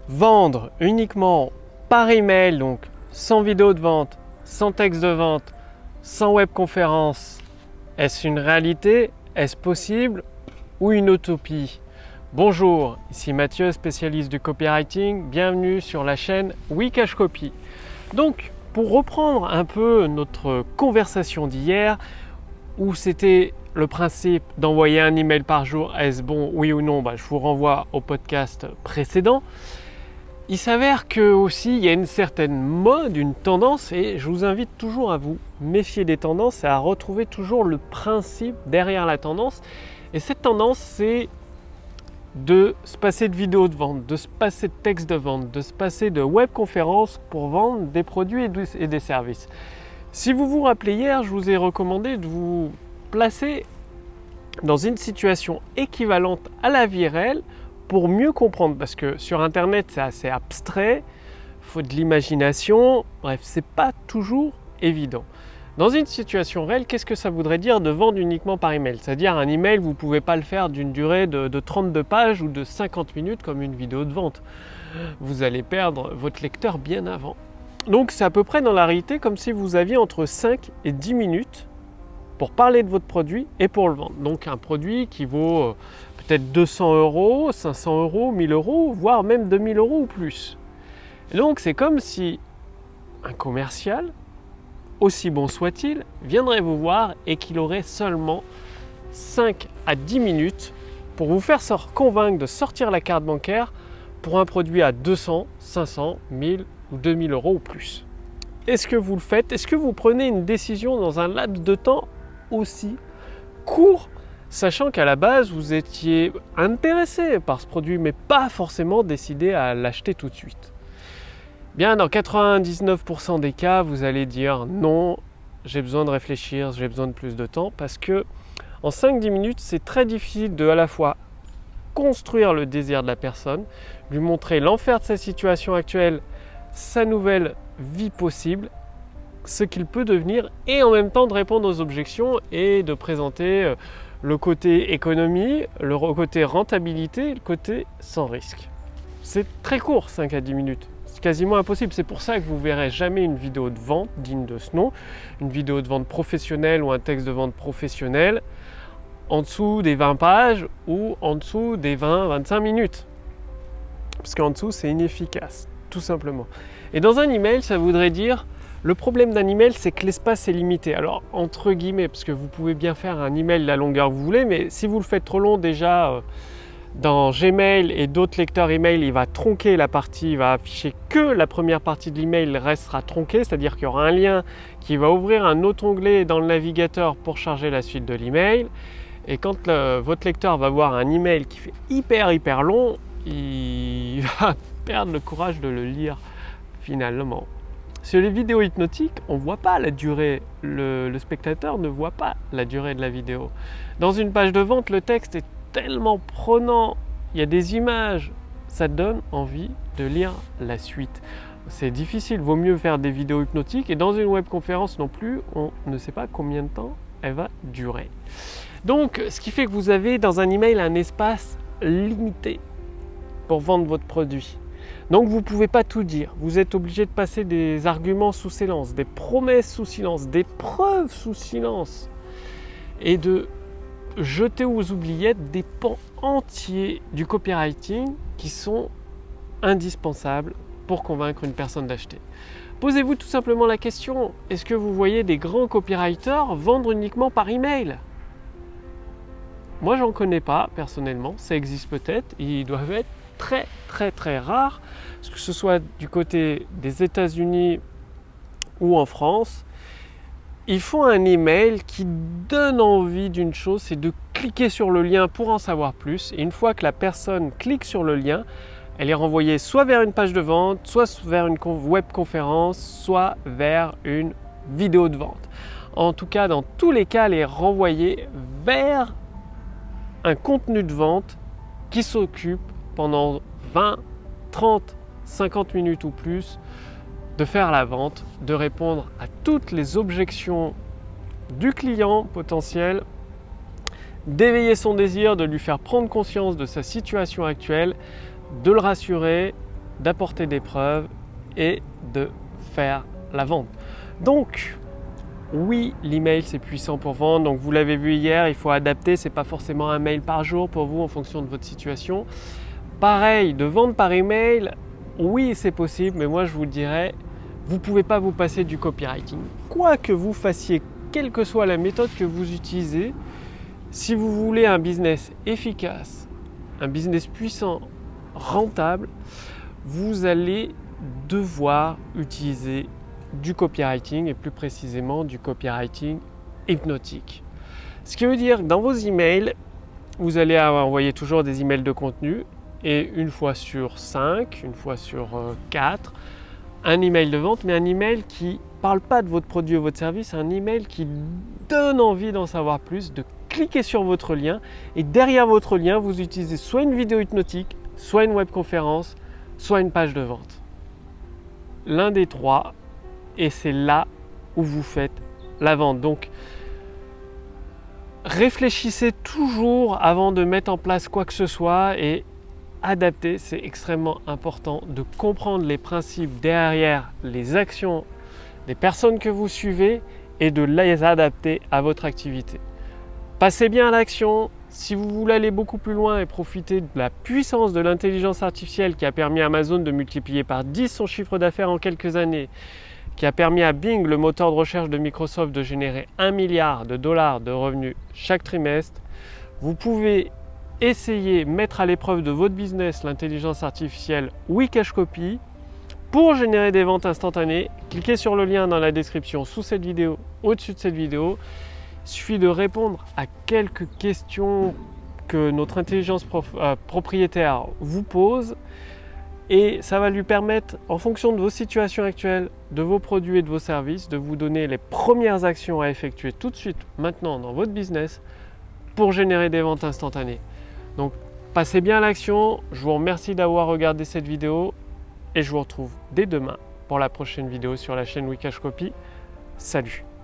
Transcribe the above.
Vendre uniquement par email, donc sans vidéo de vente, sans texte de vente, sans webconférence, est-ce une réalité? Est-ce possible ou une utopie? Bonjour, ici Mathieu, spécialiste du copywriting. Bienvenue sur la chaîne Wikash Copy. Donc, pour reprendre un peu notre conversation d'hier, où c'était le principe d'envoyer un email par jour, est-ce bon, oui ou non? Je vous renvoie au podcast précédent. Il s'avère que aussi il y a une certaine mode, une tendance, et je vous invite toujours à vous méfier des tendances et à retrouver toujours le principe derrière la tendance. Et cette tendance, c'est de se passer de vidéos de vente, de se passer de textes de vente, de se passer de webconférences pour vendre des produits et des services. Si vous vous rappelez hier, je vous ai recommandé de vous placer dans une situation équivalente à la vie réelle pour mieux comprendre, parce que sur internet c'est assez abstrait, il faut de l'imagination, bref, c'est pas toujours évident. Dans une situation réelle, qu'est-ce que ça voudrait dire de vendre uniquement par email? C'est-à-dire un email, vous ne pouvez pas le faire d'une durée de 32 pages ou de 50 minutes comme une vidéo de vente. Vous allez perdre votre lecteur bien avant. Donc c'est à peu près dans la réalité comme si vous aviez entre 5 et 10 minutes pour parler de votre produit et pour le vendre. Donc un produit qui vaut peut-être 200 €, 500 €, 1000 €, voire même 2000 € ou plus. Et donc c'est comme si un commercial, aussi bon soit-il, viendrait vous voir et qu'il aurait seulement 5 à 10 minutes pour vous faire convaincre de sortir la carte bancaire pour un produit à 200, 500, 1000 ou 2000 € ou plus. Est-ce que vous le faites? Est-ce que vous prenez une décision dans un laps de temps aussi court, sachant qu'à la base vous étiez intéressé par ce produit mais pas forcément décidé à l'acheter tout de suite? Bien, dans 99% des cas, vous allez dire non, j'ai besoin de réfléchir, j'ai besoin de plus de temps, parce que en 5-10 minutes, c'est très difficile de à la fois construire le désir de la personne, lui montrer l'enfer de sa situation actuelle, sa nouvelle vie possible, ce qu'il peut devenir, et en même temps de répondre aux objections et de présenter le côté économie, le côté rentabilité et le côté sans risque. C'est très court, 5 à 10 minutes. C'est quasiment impossible. C'est pour ça que vous ne verrez jamais une vidéo de vente digne de ce nom, une vidéo de vente professionnelle ou un texte de vente professionnel en dessous des 20 pages ou en dessous des 20-25 minutes. Parce qu'en dessous, c'est inefficace, tout simplement. Et dans un email, ça voudrait dire, le problème d'un email, c'est que l'espace est limité. Alors, entre guillemets, parce que vous pouvez bien faire un email la longueur que vous voulez, mais si vous le faites trop long déjà, dans Gmail et d'autres lecteurs email, il va tronquer la partie, il va afficher que la première partie de l'email restera tronquée, c'est-à-dire qu'il y aura un lien qui va ouvrir un autre onglet dans le navigateur pour charger la suite de l'email. Et quand votre lecteur va voir un email qui fait hyper long, il va perdre le courage de le lire finalement. Sur les vidéos hypnotiques, on ne voit pas la durée, le spectateur ne voit pas la durée de la vidéo. Dans une page de vente, le texte est tellement prenant, il y a des images, ça donne envie de lire la suite. C'est difficile, vaut mieux faire des vidéos hypnotiques, et dans une webconférence non plus, on ne sait pas combien de temps elle va durer. Donc, ce qui fait que vous avez dans un email un espace limité pour vendre votre produit. Donc vous ne pouvez pas tout dire, vous êtes obligé de passer des arguments sous silence, des promesses sous silence, des preuves sous silence, et de jeter aux oubliettes des pans entiers du copywriting qui sont indispensables pour convaincre une personne d'acheter. Posez-vous tout simplement la question, est-ce que vous voyez des grands copywriters vendre uniquement par email? Moi, j'en connais pas personnellement, ça existe peut-être, ils doivent être très rares, que ce soit du côté des États-Unis ou en France. Ils font un email qui donne envie d'une chose, c'est de cliquer sur le lien pour en savoir plus. Et une fois que la personne clique sur le lien, elle est renvoyée soit vers une page de vente, soit vers une webconférence, soit vers une vidéo de vente. En tout cas, dans tous les cas, elle est renvoyée vers un contenu de vente qui s'occupe pendant 20, 30, 50 minutes ou plus de faire la vente, de répondre à toutes les objections du client potentiel, d'éveiller son désir, de lui faire prendre conscience de sa situation actuelle, de le rassurer d'apporter des preuves et de faire la vente. Donc, oui, l'email c'est puissant pour vendre. Donc, vous l'avez vu hier, il faut adapter. C'est pas forcément un mail par jour pour vous en fonction de votre situation. Pareil, de vendre par email, oui, c'est possible, mais moi je vous dirais, vous ne pouvez pas vous passer du copywriting. Quoi que vous fassiez, quelle que soit la méthode que vous utilisez, si vous voulez un business efficace, un business puissant, rentable, vous allez devoir utiliser du copywriting et plus précisément du copywriting hypnotique. Ce qui veut dire que dans vos emails, vous allez envoyer toujours des emails de contenu et une fois sur 5, une fois sur 4, un email de vente, mais un email qui ne parle pas de votre produit ou votre service, un email qui donne envie d'en savoir plus, de cliquer sur votre lien et derrière votre lien, vous utilisez soit une vidéo hypnotique, soit une webconférence, soit une page de vente. L'un des trois, et c'est là où vous faites la vente. Donc, réfléchissez toujours avant de mettre en place quoi que ce soit et adapter, c'est extrêmement important de comprendre les principes derrière les actions des personnes que vous suivez et de les adapter à votre activité. Passez bien à l'action. Si vous voulez aller beaucoup plus loin et profiter de la puissance de l'intelligence artificielle qui a permis à Amazon de multiplier par 10 son chiffre d'affaires en quelques années, qui a permis à Bing, le moteur de recherche de Microsoft, de générer 1 milliard de dollars de revenus chaque trimestre, vous pouvez essayer, mettre à l'épreuve de votre business l'intelligence artificielle Wikashcopy pour générer des ventes instantanées. Cliquez sur le lien dans la description sous cette vidéo, au-dessus de cette vidéo. Il suffit de répondre à quelques questions que notre intelligence propriétaire vous pose et ça va lui permettre, en fonction de vos situations actuelles, de vos produits et de vos services, de vous donner les premières actions à effectuer tout de suite, maintenant dans votre business pour générer des ventes instantanées. Donc, passez bien à l'action. Je vous remercie d'avoir regardé cette vidéo et je vous retrouve dès demain pour la prochaine vidéo sur la chaîne Wikashcopy. Salut!